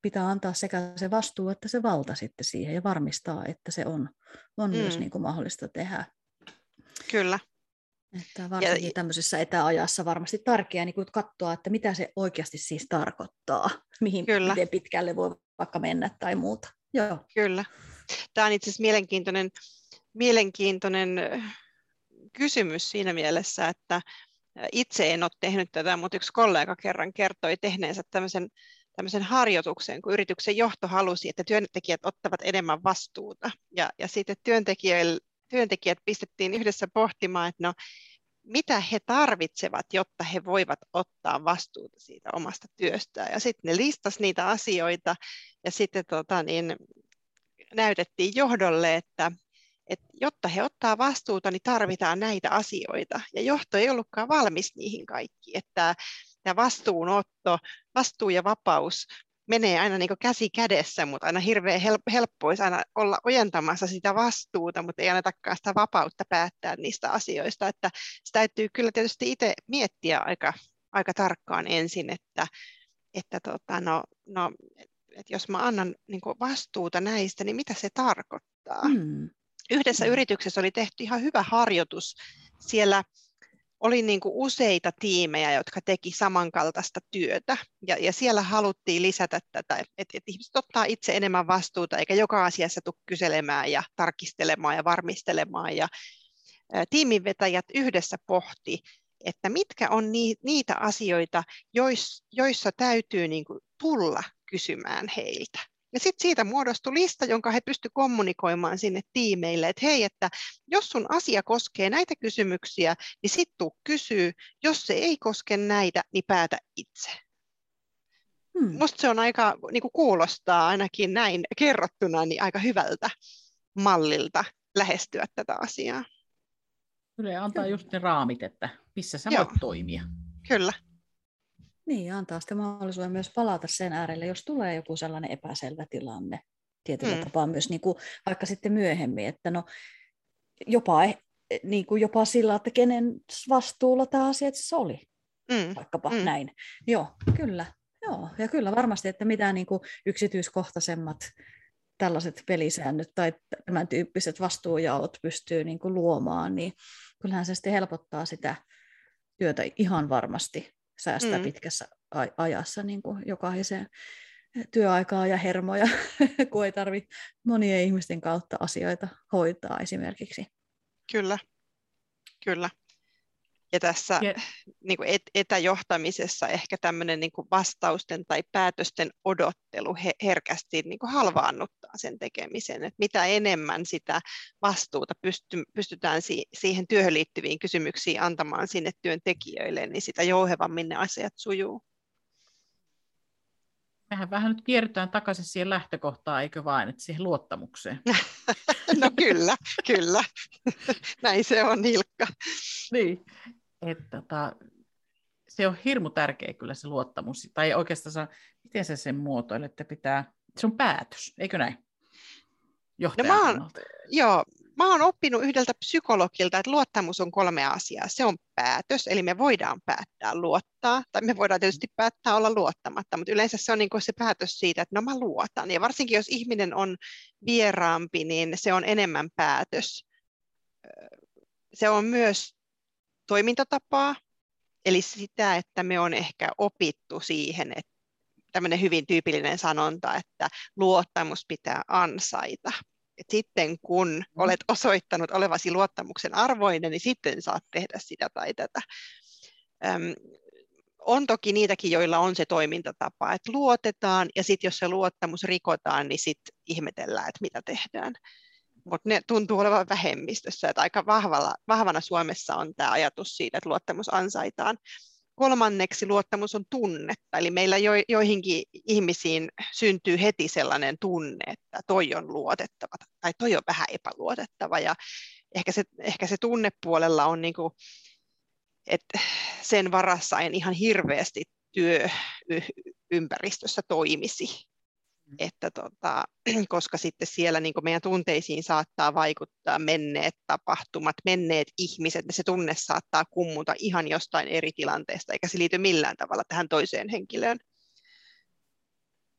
pitää antaa sekä se vastuu että se valta sitten siihen ja varmistaa, että se on, on mm. myös niin kuin mahdollista tehdä. Kyllä. Että varsinkin ja, tämmöisessä etäajassa varmasti tärkeää niin katsoa, että mitä se oikeasti siis tarkoittaa, mihin, miten pitkälle voi vaikka mennä tai muuta. Joo. Kyllä. Tämä on itse asiassa mielenkiintoinen, mielenkiintoinen kysymys siinä mielessä, että itse en ole tehnyt tätä, mutta yksi kollega kerran kertoi tehneensä tämmöisen, tämmöisen harjoituksen, kun yrityksen johto halusi, että työntekijät ottavat enemmän vastuuta. Ja, ja sitten työntekijät pistettiin yhdessä pohtimaan, että no, mitä he tarvitsevat, jotta he voivat ottaa vastuuta siitä omasta työstään. Ja sitten ne listasi niitä asioita ja sitten tota, niin, näytettiin johdolle, että, että jotta he ottaa vastuuta, niin tarvitaan näitä asioita. Ja johto ei ollutkaan valmis niihin kaikkiin. Että tämä vastuunotto, vastuu ja vapaus menee aina niin kuin käsi kädessä, mutta aina hirveän helppo olisi aina olla ojentamassa sitä vastuuta, mutta ei annetakaan sitä vapautta päättää niistä asioista. Että sitä täytyy kyllä tietysti itse miettiä aika, aika tarkkaan ensin, että, että tota, no, no, että jos mä annan niin kuin vastuuta näistä, niin mitä se tarkoittaa? Hmm. Yhdessä hmm. yrityksessä oli tehty ihan hyvä harjoitus. Siellä oli niin kuin useita tiimejä, jotka teki samankaltaista työtä, ja, ja siellä haluttiin lisätä tätä, että, että ihmiset ottaa itse enemmän vastuuta, eikä joka asiassa tule kyselemään ja tarkistelemaan ja varmistelemaan. Ja, ä, tiiminvetäjät yhdessä pohti, että mitkä on ni, niitä asioita, jois, joissa täytyy niin kuin tulla kysymään heiltä. Ja sitten siitä muodostui lista, jonka he pystyivät kommunikoimaan sinne tiimeille, että hei, että jos sun asia koskee näitä kysymyksiä, niin sitten tuu kysyy, jos se ei koske näitä, niin päätä itse. Hmm. Musta se on aika, niin kuin kuulostaa ainakin näin kerrottuna, niin aika hyvältä mallilta lähestyä tätä asiaa. Kyllä, antaa just ne raamit, että missä sä voit toimia. Kyllä. Niin, antaa sitten mahdollisuuden myös palata sen äärelle, jos tulee joku sellainen epäselvä tilanne tietyllä mm. tapaa myös niin kuin, vaikka sitten myöhemmin, että no jopa, niin kuin jopa sillä, että kenen vastuulla tämä asia itse oli, mm. vaikkapa mm. näin. Joo, kyllä. Joo, ja kyllä varmasti, että mitä niin kuin yksityiskohtaisemmat tällaiset pelisäännöt tai tämän tyyppiset vastuujaot pystyy niin kuin luomaan, niin kyllähän se sitten helpottaa sitä työtä ihan varmasti. Säästää mm. pitkässä ajassa niin kuin jokaisen työaikaa ja hermoja, kun ei tarvitse monien ihmisten kautta asioita hoitaa esimerkiksi. Kyllä, kyllä. Ja tässä yeah. niin kuin et, etäjohtamisessa ehkä tämmöinen niin kuin vastausten tai päätösten odottelu he, herkästi niin kuin halvaannuttaa sen tekemisen. Et mitä enemmän sitä vastuuta pysty, pystytään si, siihen työhön liittyviin kysymyksiin antamaan sinne työntekijöille, niin sitä jouhevammin ne asiat sujuu. Mehän vähän nyt kierrytään takaisin siihen lähtökohtaan, eikö vain, että siihen luottamukseen. No kyllä, kyllä. Näin se on, Hilkka. Niin. Että, tota, se on hirmu tärkeä kyllä se luottamus, tai oikeastaan miten se sen muotoilee, että pitää, se on päätös, eikö näin? No mä oon, joo, mä oon oppinut yhdeltä psykologilta, että luottamus on kolme asiaa. Se on päätös, eli me voidaan päättää luottaa, tai me voidaan tietysti päättää olla luottamatta, mutta yleensä se on niin kuin se päätös siitä, että no mä luotan, ja varsinkin jos ihminen on vieraampi, niin se on enemmän päätös. Se on myös toimintatapaa, eli sitä, että me on ehkä opittu siihen, että tämmöinen hyvin tyypillinen sanonta, että luottamus pitää ansaita. Et sitten kun olet osoittanut olevasi luottamuksen arvoinen, niin sitten saat tehdä sitä tai tätä. Öm, on toki niitäkin, joilla on se toimintatapa, että luotetaan, ja sitten jos se luottamus rikotaan, niin sitten ihmetellään, että mitä tehdään. Mutta ne tuntuu olevan vähemmistössä, että aika vahvalla, vahvana Suomessa on tämä ajatus siitä, että luottamus ansaitaan. Kolmanneksi luottamus on tunnetta, eli meillä jo, joihinkin ihmisiin syntyy heti sellainen tunne, että toi on luotettava tai toi on vähän epäluotettava, ja ehkä se, ehkä se tunnepuolella on niin kuin, että sen varassa en ihan hirveästi työympäristössä toimisi. Että tota, koska sitten siellä niin kuin meidän tunteisiin saattaa vaikuttaa menneet tapahtumat, menneet ihmiset, se tunne saattaa kummuta ihan jostain eri tilanteesta, eikä se liity millään tavalla tähän toiseen henkilöön.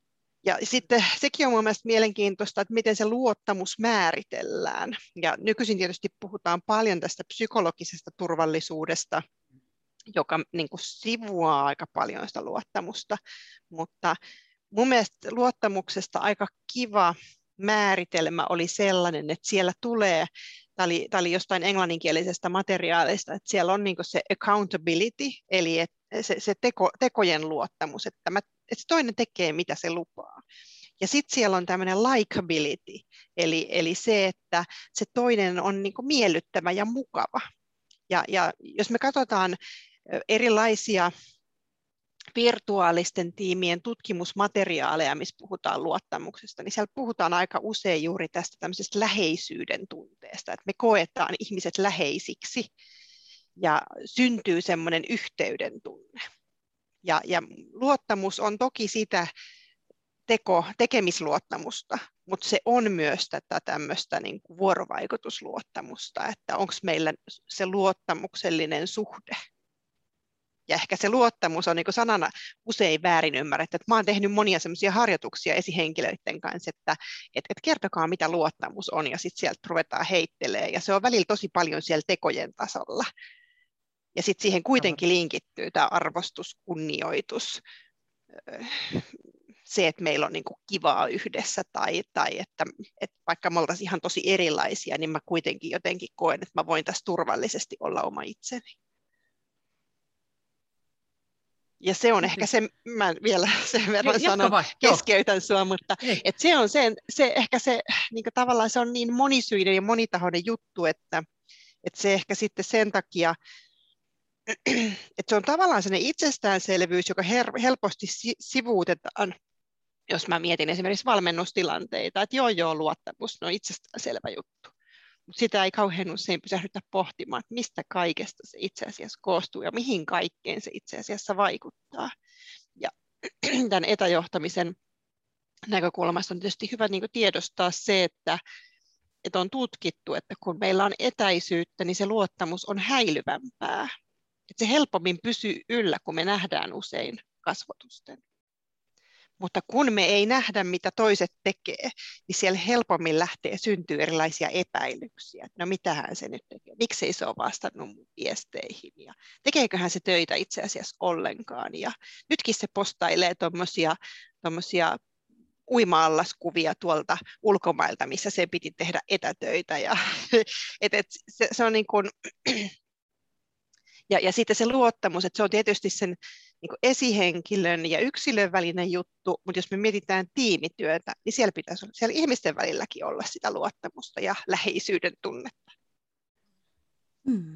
Ja sitten sekin on mun mielestä mielenkiintoista, että miten se luottamus määritellään. Ja nykyisin tietysti puhutaan paljon tästä psykologisesta turvallisuudesta, joka niin kuin sivuaa aika paljon sitä luottamusta. Mutta mun mielestä luottamuksesta aika kiva määritelmä oli sellainen, että siellä tulee, tämä oli, tämä oli jostain englanninkielisestä materiaalista, että siellä on niin kuin se accountability, eli että se, se teko, tekojen luottamus, että, mä, että toinen tekee mitä se lupaa. Ja sitten siellä on tämmöinen likability, eli, eli se, että se toinen on niin kuin miellyttävä ja mukava. Ja, ja jos me katsotaan erilaisia virtuaalisten tiimien tutkimusmateriaaleja, missä puhutaan luottamuksesta, niin siellä puhutaan aika usein juuri tästä tämmöisestä läheisyyden tunteesta, että me koetaan ihmiset läheisiksi ja syntyy semmoinen yhteyden tunne. Ja, ja luottamus on toki sitä teko, tekemisluottamusta, mutta se on myös tätä tämmöistä niin kuin vuorovaikutusluottamusta, että onko meillä se luottamuksellinen suhde. Ja ehkä se luottamus on niin kuin sanana usein väärin ymmärretty. Että mä oon tehnyt monia semmoisia harjoituksia esihenkilöiden kanssa, että et, et kertokaa mitä luottamus on ja sitten sieltä ruvetaan heittelemään. Ja se on välillä tosi paljon siellä tekojen tasolla. Ja sitten siihen kuitenkin linkittyy tämä arvostus, kunnioitus, se, että meillä on niin kuin kivaa yhdessä tai, tai että, että vaikka me oltaisiin ihan tosi erilaisia, niin mä kuitenkin jotenkin koen, että mä voin tässä turvallisesti olla oma itseni. Ja se on ehkä se, mä vielä sen verran sanon, keskeytän sua, mutta että se on se, se ehkä se, niin kuin tavallaan se on niin monisyinen ja monitahoinen juttu, että, että se ehkä sitten sen takia, että se on tavallaan sellainen itsestäänselvyys, joka her, helposti sivuutetaan, jos mä mietin esimerkiksi valmennustilanteita, että joo joo luottamus, no itsestäänselvä juttu. Mutta sitä ei kauhean usein pysähdytä pohtimaan, että mistä kaikesta se itse asiassa koostuu ja mihin kaikkeen se itse asiassa vaikuttaa. Ja tämän etäjohtamisen näkökulmasta on tietysti hyvä niin kuin tiedostaa se, että, että on tutkittu, että kun meillä on etäisyyttä, niin se luottamus on häilyvämpää. Että se helpommin pysyy yllä, kun me nähdään usein kasvotusten. Mutta kun me ei nähdä, mitä toiset tekee, niin siellä helpommin lähtee syntyä erilaisia epäilyksiä. No mitähän se nyt tekee? Miksei se ole vastannut mun viesteihin? Ja tekeeköhän se töitä itse asiassa ollenkaan? Ja nytkin se postailee tuommoisia tommosia uima-allaskuvia tuolta ulkomailta, missä se piti tehdä etätöitä. Ja, et, et, se, se on niin kuin, ja, ja sitten se luottamus, että se on tietysti sen niin kuin esihenkilön ja yksilön välinen juttu, mutta jos me mietitään tiimityötä, niin siellä pitäisi olla, siellä ihmisten välilläkin olla sitä luottamusta ja läheisyyden tunnetta. Hmm.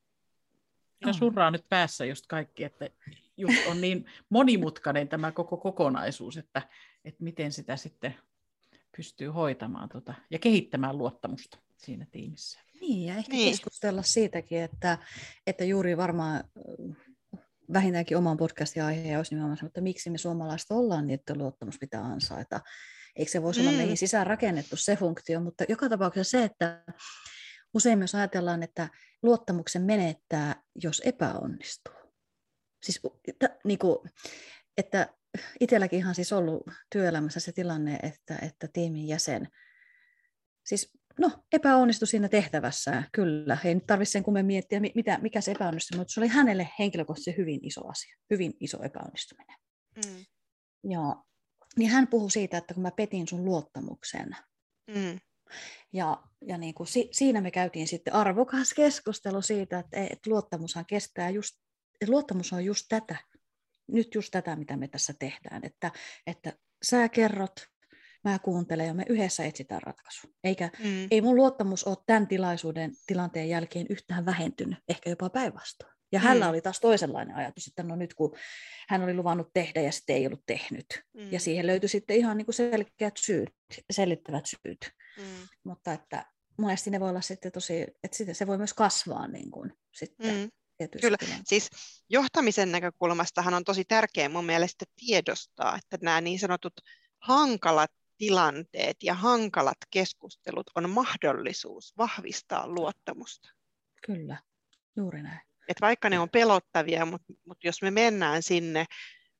Ja surraa nyt päässä just kaikki, että just on niin monimutkainen tämä koko kokonaisuus, että, että miten sitä sitten pystyy hoitamaan tota, ja kehittämään luottamusta siinä tiimissä. Niin, ja ehkä niin. Keskustella siitäkin, että, että juuri varmaan vähintäänkin oman podcastin aiheen olisi nimenomaan se, että miksi me suomalaiset ollaan niin, että luottamus pitää ansaita. Eikö se voisi mm. olla meihin sisään rakennettu se funktio, mutta joka tapauksessa se, että usein myös ajatellaan, että luottamuksen menettää, jos epäonnistuu. Siis t- niin kuin, että itselläkin ihan siis ollut työelämässä se tilanne, että, että tiimin jäsen, siis no, epäonnistui siinä tehtävässään, kyllä. Ei nyt tarvitse sen kummemmin miettiä, mitä, mikä se epäonnistui, mutta se oli hänelle henkilökohtaisesti hyvin iso asia, hyvin iso epäonnistuminen. Mm. Ja, niin hän puhui siitä, että kun mä petin sun luottamuksen. Mm. Ja, ja niin kuin si, siinä me käytiin sitten arvokas keskustelu siitä, että, että luottamushan kestää just, että luottamus on just tätä, nyt just tätä, mitä me tässä tehdään, että, että sä kerrot, mä kuuntelen ja me yhdessä etsitään ratkaisu. Eikä, mm. Ei mun luottamus ole tämän tilaisuuden tilanteen jälkeen yhtään vähentynyt, ehkä jopa päinvastoin. Ja mm. hänellä oli taas toisenlainen ajatus, että no nyt kun hän oli luvannut tehdä ja sitten ei ollut tehnyt. Mm. Ja siihen löytyi sitten ihan niin kuin selkeät syyt, selittävät syyt. Mm. Mutta että monesti ne voi olla sitten tosi, että se voi myös kasvaa niin kuin sitten. Mm. Kyllä, siis johtamisen näkökulmastahan on tosi tärkeää mun mielestä tiedostaa, että nämä niin sanotut hankalat tilanteet ja hankalat keskustelut on mahdollisuus vahvistaa luottamusta. Kyllä, juuri näin. Et vaikka ne on pelottavia, mutta mut jos me mennään sinne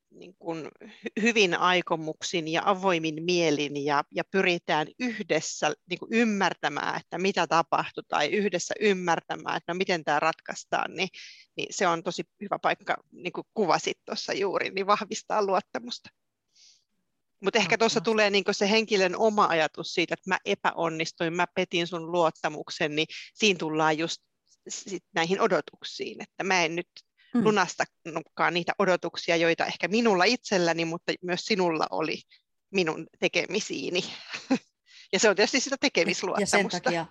niin kuin hyvin aikomuksin ja avoimin mielin ja, ja pyritään yhdessä niin kuin ymmärtämään, että mitä tapahtui tai yhdessä ymmärtämään, että no miten tämä ratkaistaan, niin, niin se on tosi hyvä paikka, niin kuin kuvasit tuossa juuri, niin vahvistaa luottamusta. Mutta ehkä tuossa tulee niin kuin se henkilön oma ajatus siitä, että mä epäonnistuin, mä petin sun luottamuksen, niin siinä tullaan just sit näihin odotuksiin, että mä en nyt Mm. lunastakaan niitä odotuksia, joita ehkä minulla itselläni, mutta myös sinulla oli minun tekemisiini. Ja se on tietysti sitä tekemisluottamusta. Ja sen takia,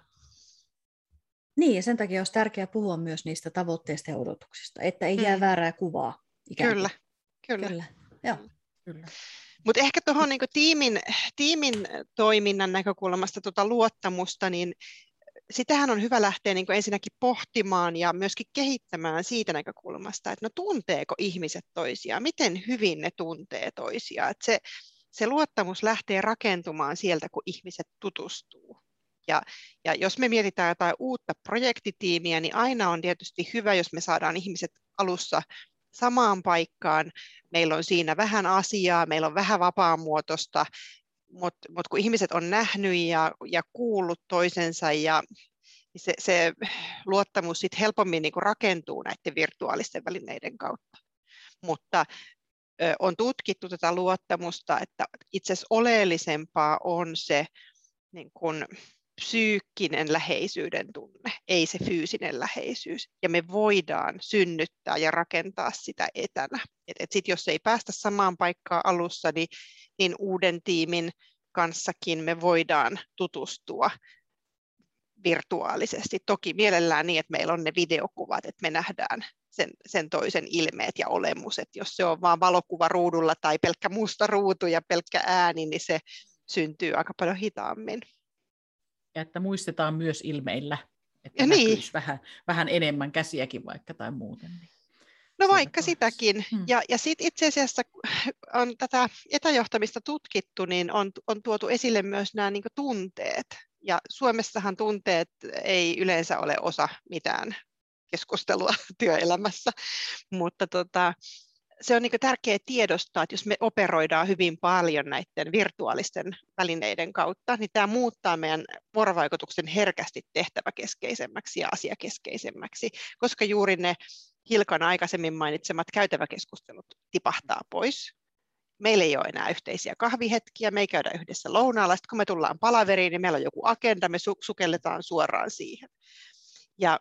niin, ja sen takia olisi tärkeää puhua myös niistä tavoitteista ja odotuksista, että ei jää mm. väärää kuvaa. Kyllä, kyllä. kyllä. Joo. kyllä. Mutta ehkä tuohon niin tiimin, tiimin toiminnan näkökulmasta tuota luottamusta, niin sitähän on hyvä lähteä niin kuin ensinnäkin pohtimaan ja myöskin kehittämään siitä näkökulmasta, että no tunteeko ihmiset toisiaan, miten hyvin ne tuntee toisiaan. Että se, se luottamus lähtee rakentumaan sieltä, kun ihmiset tutustuu. Ja, ja jos me mietitään jotain uutta projektitiimiä, niin aina on tietysti hyvä, jos me saadaan ihmiset alussa samaan paikkaan. Meillä on siinä vähän asiaa, meillä on vähän vapaamuotoista, mutta mut kun ihmiset on nähnyt ja, ja kuullut toisensa, ja niin se, se luottamus sit helpommin niin kuin rakentuu näiden virtuaalisten välineiden kautta. Mutta ö, on tutkittu tätä luottamusta, että itse asiassa oleellisempaa on se niin kuin psyykkinen läheisyyden tunne, ei se fyysinen läheisyys. Ja me voidaan synnyttää ja rakentaa sitä etänä. Et, et sit jos ei päästä samaan paikkaan alussa, niin, niin uuden tiimin kanssakin me voidaan tutustua virtuaalisesti. Toki mielellään niin, että meillä on ne videokuvat, että me nähdään sen, sen toisen ilmeet ja olemus. Et jos se on vain valokuva ruudulla tai pelkkä musta ruutu ja pelkkä ääni, niin se syntyy aika paljon hitaammin. Ja että muistetaan myös ilmeillä, että ja näkyisi niin. vähän, vähän enemmän käsiäkin vaikka tai muuten. Niin no vaikka sitäkin. Hmm. Ja, ja sitten itse asiassa on tätä etäjohtamista tutkittu, niin on, on tuotu esille myös nämä niin kuin tunteet. Ja Suomessahan tunteet ei yleensä ole osa mitään keskustelua työelämässä, mutta tota, se on niin kuin tärkeää tiedostaa, että jos me operoidaan hyvin paljon näiden virtuaalisten välineiden kautta, niin tämä muuttaa meidän vuorovaikutuksen herkästi tehtäväkeskeisemmäksi ja asiakeskeisemmäksi, koska juuri ne Hilkan aikaisemmin mainitsemat käytäväkeskustelut tipahtaa pois. Meillä ei ole enää yhteisiä kahvihetkiä, me ei käydä yhdessä lounaalla. Sitten kun me tullaan palaveriin, niin meillä on joku agenda, me su- sukelletaan suoraan siihen. Ja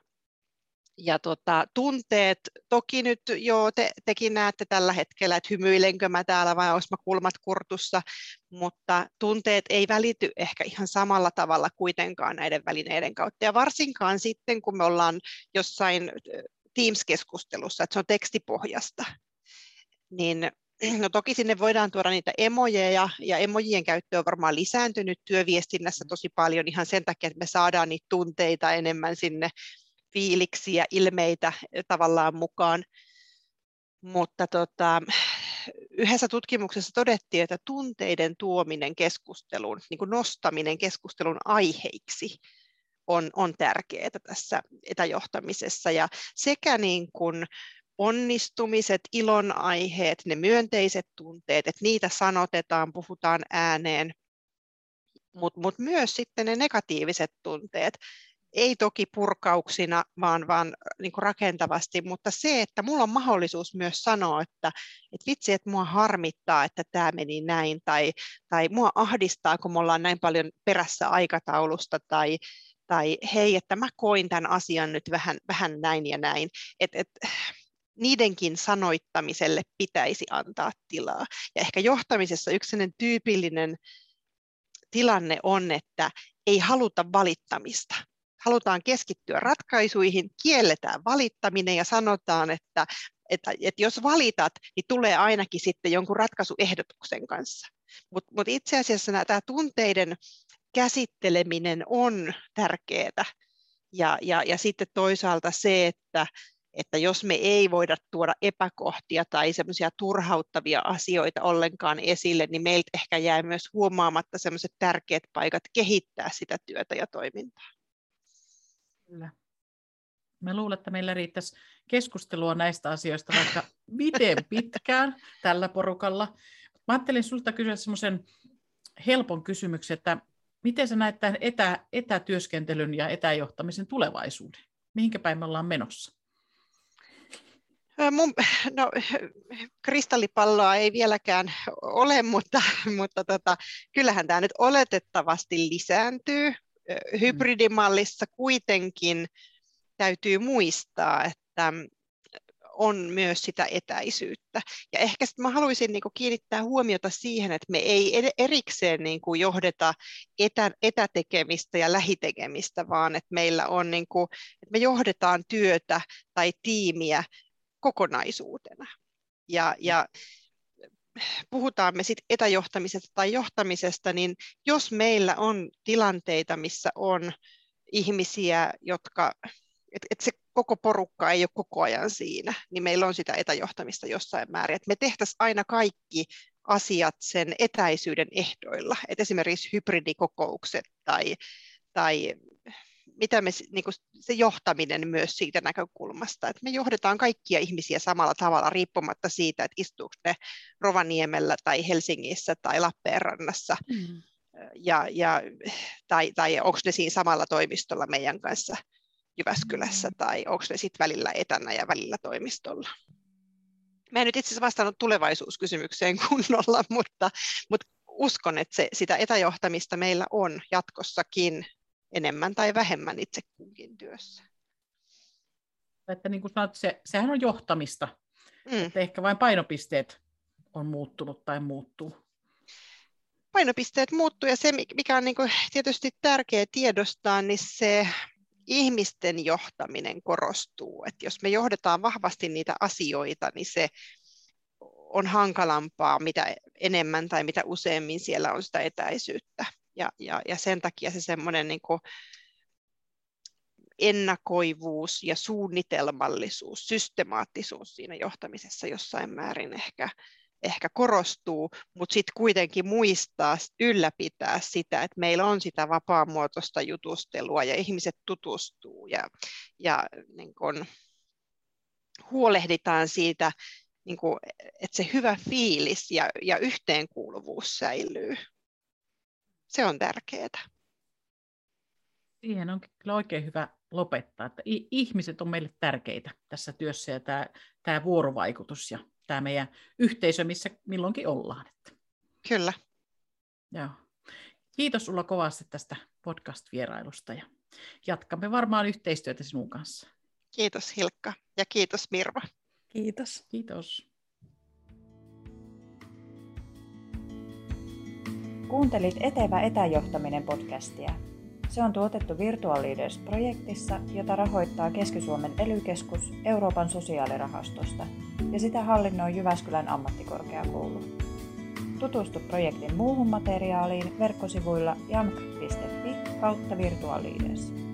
Ja tota, tunteet, toki nyt jo te, tekin näette tällä hetkellä, että hymyilenkö mä täällä vai onko mä kulmat kurtussa, mutta tunteet ei välity ehkä ihan samalla tavalla kuitenkaan näiden välineiden kautta. Ja varsinkaan sitten, kun me ollaan jossain Teams-keskustelussa, että se on tekstipohjasta, niin no toki sinne voidaan tuoda niitä emojeja, ja emojien käyttö on varmaan lisääntynyt työviestinnässä tosi paljon ihan sen takia, että me saadaan niitä tunteita enemmän sinne, fiiliksiä, ilmeitä tavallaan mukaan, mutta tota, yhdessä tutkimuksessa todettiin, että tunteiden tuominen keskusteluun, niin kuin nostaminen keskustelun aiheiksi on, on tärkeää tässä etäjohtamisessa, ja sekä niin kuin onnistumiset, ilonaiheet, ne myönteiset tunteet, että niitä sanotetaan, puhutaan ääneen, mutta mut myös sitten ne negatiiviset tunteet, ei toki purkauksina, vaan, vaan niin kuin rakentavasti, mutta se, että mulla on mahdollisuus myös sanoa, että, että vitsi, että mua harmittaa, että tämä meni näin, tai, tai mua ahdistaa, kun me ollaan näin paljon perässä aikataulusta, tai, tai hei, että mä koin tämän asian nyt vähän, vähän näin ja näin. Et, et, niidenkin sanoittamiselle pitäisi antaa tilaa. Ja ehkä johtamisessa yksi sellainen tyypillinen tilanne on, että ei haluta valittamista. Halutaan keskittyä ratkaisuihin, kielletään valittaminen ja sanotaan, että, että, että jos valitat, niin tulee ainakin sitten jonkun ratkaisuehdotuksen kanssa. Mutta mut itse asiassa tämä tunteiden käsitteleminen on tärkeää. Ja, ja, ja sitten toisaalta se, että, että jos me ei voida tuoda epäkohtia tai semmoisia turhauttavia asioita ollenkaan esille, niin meiltä ehkä jää myös huomaamatta semmoiset tärkeät paikat kehittää sitä työtä ja toimintaa. Kyllä. Mä luulen, että meillä riittäisi keskustelua näistä asioista vaikka miten pitkään tällä porukalla. Mä ajattelin sulta kysyä semmoisen helpon kysymyksen, että miten sä näet tämän etä, etätyöskentelyn ja etäjohtamisen tulevaisuuden? Mihinkä päin me ollaan menossa? Mun, no, kristallipalloa ei vieläkään ole, mutta, mutta tota, kyllähän tämä nyt oletettavasti lisääntyy. Hybridimallissa kuitenkin täytyy muistaa, että on myös sitä etäisyyttä. Ja ehkä sit mä haluaisin niin kuin kiinnittää huomiota siihen, että me ei erikseen niin kuin johdeta etä, etätekemistä ja lähitekemistä, vaan että meillä on, niin kuin, että me johdetaan työtä tai tiimiä kokonaisuutena. Ja, ja puhutaan me sitten etäjohtamisesta tai johtamisesta, niin jos meillä on tilanteita, missä on ihmisiä, jotka, että et se koko porukka ei ole koko ajan siinä, niin meillä on sitä etäjohtamista jossain määrin. Et me tehtäisiin aina kaikki asiat sen etäisyyden ehdoilla, et esimerkiksi hybridikokoukset tai, tai mitä me, niin kuin se johtaminen myös siitä näkökulmasta, että me johdetaan kaikkia ihmisiä samalla tavalla riippumatta siitä, että istuuko ne Rovaniemellä tai Helsingissä tai Lappeenrannassa mm. ja, ja, tai, tai onko ne siinä samalla toimistolla meidän kanssa Jyväskylässä mm. tai onko ne sitten välillä etänä ja välillä toimistolla. Mä en nyt itse asiassa vastannut tulevaisuuskysymykseen kunnolla, mutta, mutta uskon, että se, sitä etäjohtamista meillä on jatkossakin enemmän tai vähemmän itse kunkin työssä. Että niin kuin sanoit, se, sehän on johtamista. Mm. Että ehkä vain painopisteet on muuttunut tai muuttuu. Painopisteet muuttuu ja se, mikä on niin kuin tietysti tärkeää tiedostaa, niin se ihmisten johtaminen korostuu. Että jos me johdetaan vahvasti niitä asioita, niin se on hankalampaa, mitä enemmän tai mitä useammin siellä on sitä etäisyyttä. Ja, ja, ja sen takia se semmoinen niin kuin ennakoivuus ja suunnitelmallisuus, systemaattisuus siinä johtamisessa jossain määrin ehkä, ehkä korostuu, mutta sitten kuitenkin muistaa, ylläpitää sitä, että meillä on sitä vapaamuotoista jutustelua ja ihmiset tutustuu ja, ja niin kun huolehditaan siitä, niin kun, että se hyvä fiilis ja, ja yhteenkuuluvuus säilyy. Se on tärkeää. Siihen on kyllä oikein hyvä lopettaa, että ihmiset on meille tärkeitä tässä työssä ja tämä, tämä vuorovaikutus ja tämä meidän yhteisö, missä milloinkin ollaan. Kyllä. Joo. Kiitos Ulla kovasti tästä podcast-vierailusta ja jatkamme varmaan yhteistyötä sinun kanssa. Kiitos Hilkka ja kiitos Mirva. Kiitos. Kiitos. Kuuntelit Etevä etäjohtaminen podcastia. Se on tuotettu Virtual Leaders-projektissa, jota rahoittaa Keski-Suomen E L Y-keskus Euroopan sosiaalirahastosta ja sitä hallinnoi Jyväskylän ammattikorkeakoulu. Tutustu projektin muuhun materiaaliin verkkosivuilla jamk piste fi kautta Virtual Leaders.